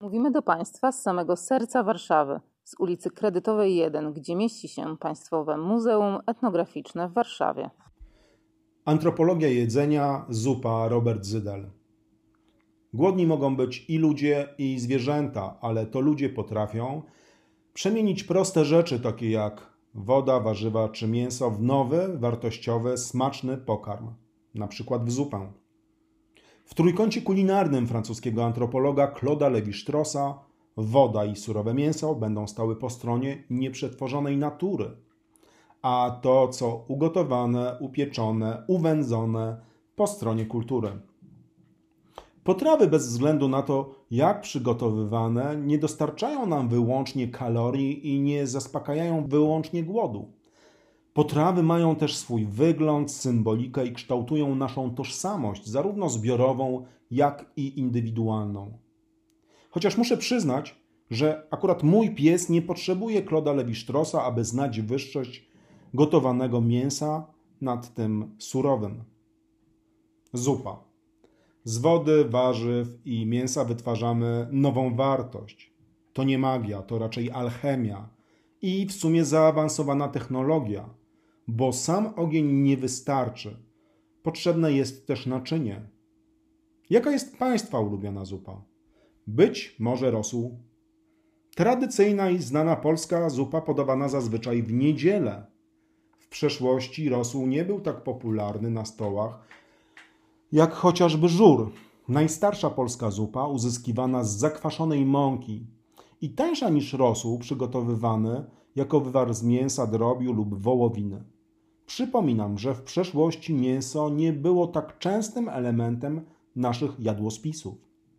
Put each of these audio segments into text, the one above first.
Mówimy do Państwa z samego serca Warszawy, z ulicy Kredytowej 1, gdzie mieści się Państwowe Muzeum Etnograficzne w Warszawie. Antropologia jedzenia, zupa, Robert Zydel. Głodni mogą być i ludzie, i zwierzęta, ale to ludzie potrafią przemienić proste rzeczy, takie jak woda, warzywa czy mięso, w nowy, wartościowy, smaczny pokarm, na przykład w zupę. W trójkącie kulinarnym francuskiego antropologa Claude'a Lévi-Straussa woda i surowe mięso będą stały po stronie nieprzetworzonej natury, a to, co ugotowane, upieczone, uwędzone, po stronie kultury. Potrawy, bez względu na to, jak przygotowywane, nie dostarczają nam wyłącznie kalorii i nie zaspokajają wyłącznie głodu. Potrawy mają też swój wygląd, symbolikę i kształtują naszą tożsamość, zarówno zbiorową, jak i indywidualną. Chociaż muszę przyznać, że akurat mój pies nie potrzebuje Claude'a Lévi-Straussa, aby znać wyższość gotowanego mięsa nad tym surowym. Zupa. Z wody, warzyw i mięsa wytwarzamy nową wartość. To nie magia, to raczej alchemia i w sumie zaawansowana technologia, bo sam ogień nie wystarczy. Potrzebne jest też naczynie. Jaka jest Państwa ulubiona zupa? Być może rosół. Tradycyjna i znana polska zupa podawana zazwyczaj w niedzielę. W przeszłości rosół nie był tak popularny na stołach jak chociażby żur. Najstarsza polska zupa uzyskiwana z zakwaszonej mąki i tańsza niż rosół przygotowywany jako wywar z mięsa, drobiu lub wołowiny. Przypominam, że w przeszłości mięso nie było tak częstym elementem naszych jadłospisów.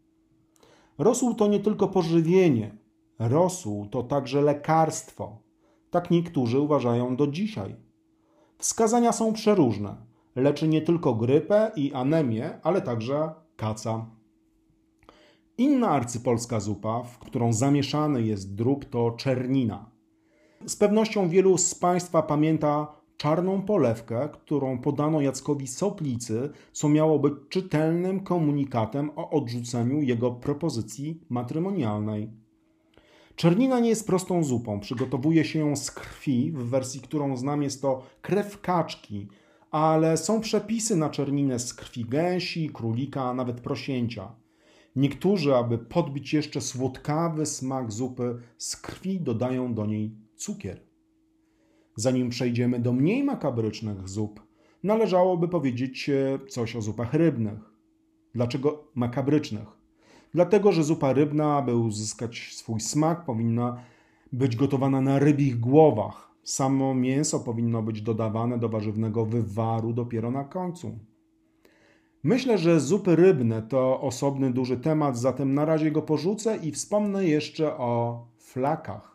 Rosół to nie tylko pożywienie. Rosół to także lekarstwo. Tak niektórzy uważają do dzisiaj. Wskazania są przeróżne. Leczy nie tylko grypę i anemię, ale także kaca. Inna arcypolska zupa, w którą zamieszany jest drób, to czernina. Z pewnością wielu z Państwa pamięta czarną polewkę, którą podano Jackowi Soplicy, co miało być czytelnym komunikatem o odrzuceniu jego propozycji matrymonialnej. Czernina nie jest prostą zupą. Przygotowuje się ją z krwi. W wersji, którą znam, jest to krew kaczki, ale są przepisy na czerninę z krwi gęsi, królika, a nawet prosięcia. Niektórzy, aby podbić jeszcze słodkawy smak zupy z krwi, dodają do niej cukier. Zanim przejdziemy do mniej makabrycznych zup, należałoby powiedzieć coś o zupach rybnych. Dlaczego makabrycznych? Dlatego, że zupa rybna, aby uzyskać swój smak, powinna być gotowana na rybich głowach. Samo mięso powinno być dodawane do warzywnego wywaru dopiero na końcu. Myślę, że zupy rybne to osobny duży temat, zatem na razie go porzucę i wspomnę jeszcze o flakach.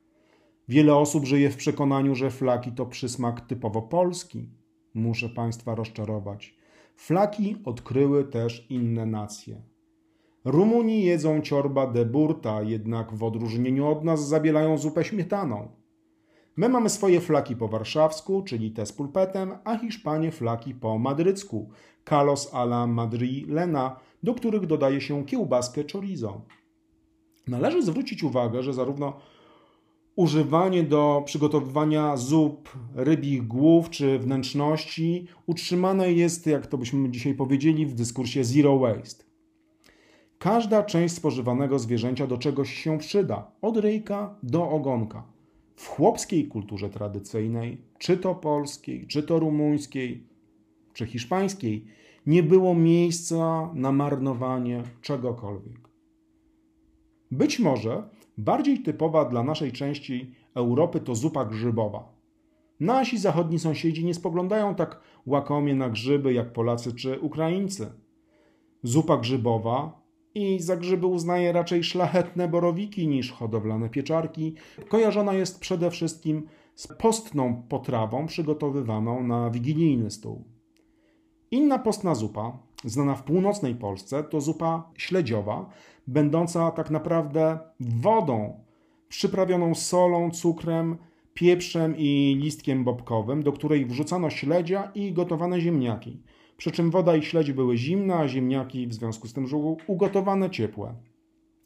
Wiele osób żyje w przekonaniu, że flaki to przysmak typowo polski. Muszę Państwa rozczarować. Flaki odkryły też inne nacje. Rumuni jedzą ciorba de burta, jednak w odróżnieniu od nas zabielają zupę śmietaną. My mamy swoje flaki po warszawsku, czyli te z pulpetem, a Hiszpanie flaki po madrycku, calos a la madrilena, do których dodaje się kiełbaskę chorizo. Należy zwrócić uwagę, że zarówno używanie do przygotowywania zup, rybich głów czy wnętrzności utrzymane jest, jak to byśmy dzisiaj powiedzieli, w dyskursie zero waste. Każda część spożywanego zwierzęcia do czegoś się przyda, od ryjka do ogonka. W chłopskiej kulturze tradycyjnej, czy to polskiej, czy to rumuńskiej, czy hiszpańskiej, nie było miejsca na marnowanie czegokolwiek. Być może bardziej typowa dla naszej części Europy to zupa grzybowa. Nasi zachodni sąsiedzi nie spoglądają tak łakomie na grzyby jak Polacy czy Ukraińcy. Zupa grzybowa, i za grzyby uznaje raczej szlachetne borowiki niż hodowlane pieczarki, kojarzona jest przede wszystkim z postną potrawą przygotowywaną na wigilijny stół. Inna postna zupa, znana w północnej Polsce, to zupa śledziowa, będąca tak naprawdę wodą przyprawioną solą, cukrem, pieprzem i listkiem bobkowym, do której wrzucano śledzia i gotowane ziemniaki. Przy czym woda i śledź były zimne, a ziemniaki w związku z tym, że ugotowane ciepłe.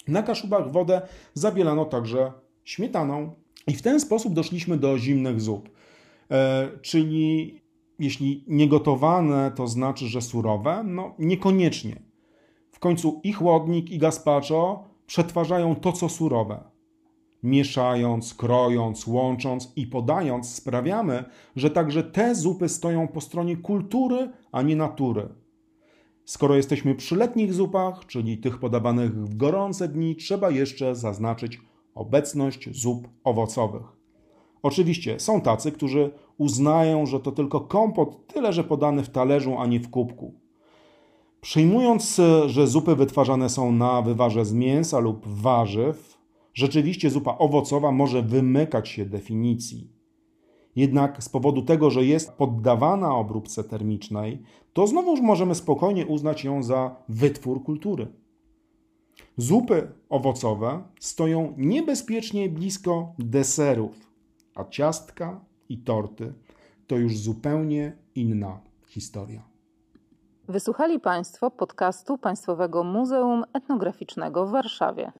Na Kaszubach wodę zabielano także śmietaną i w ten sposób doszliśmy do zimnych zup. Czyli jeśli niegotowane, to znaczy, że surowe? No niekoniecznie. W końcu i chłodnik, i gazpacho przetwarzają to, co surowe. Mieszając, krojąc, łącząc i podając sprawiamy, że także te zupy stoją po stronie kultury, a nie natury. Skoro jesteśmy przy letnich zupach, czyli tych podawanych w gorące dni, trzeba jeszcze zaznaczyć obecność zup owocowych. Oczywiście są tacy, którzy uznają, że to tylko kompot, tyle że podany w talerzu, a nie w kubku. Przyjmując, że zupy wytwarzane są na wywarze z mięsa lub warzyw, rzeczywiście zupa owocowa może wymykać się definicji. Jednak z powodu tego, że jest poddawana obróbce termicznej, to znowuż możemy spokojnie uznać ją za wytwór kultury. Zupy owocowe stoją niebezpiecznie blisko deserów, a ciastka i torty to już zupełnie inna historia. Wysłuchali Państwo podcastu Państwowego Muzeum Etnograficznego w Warszawie.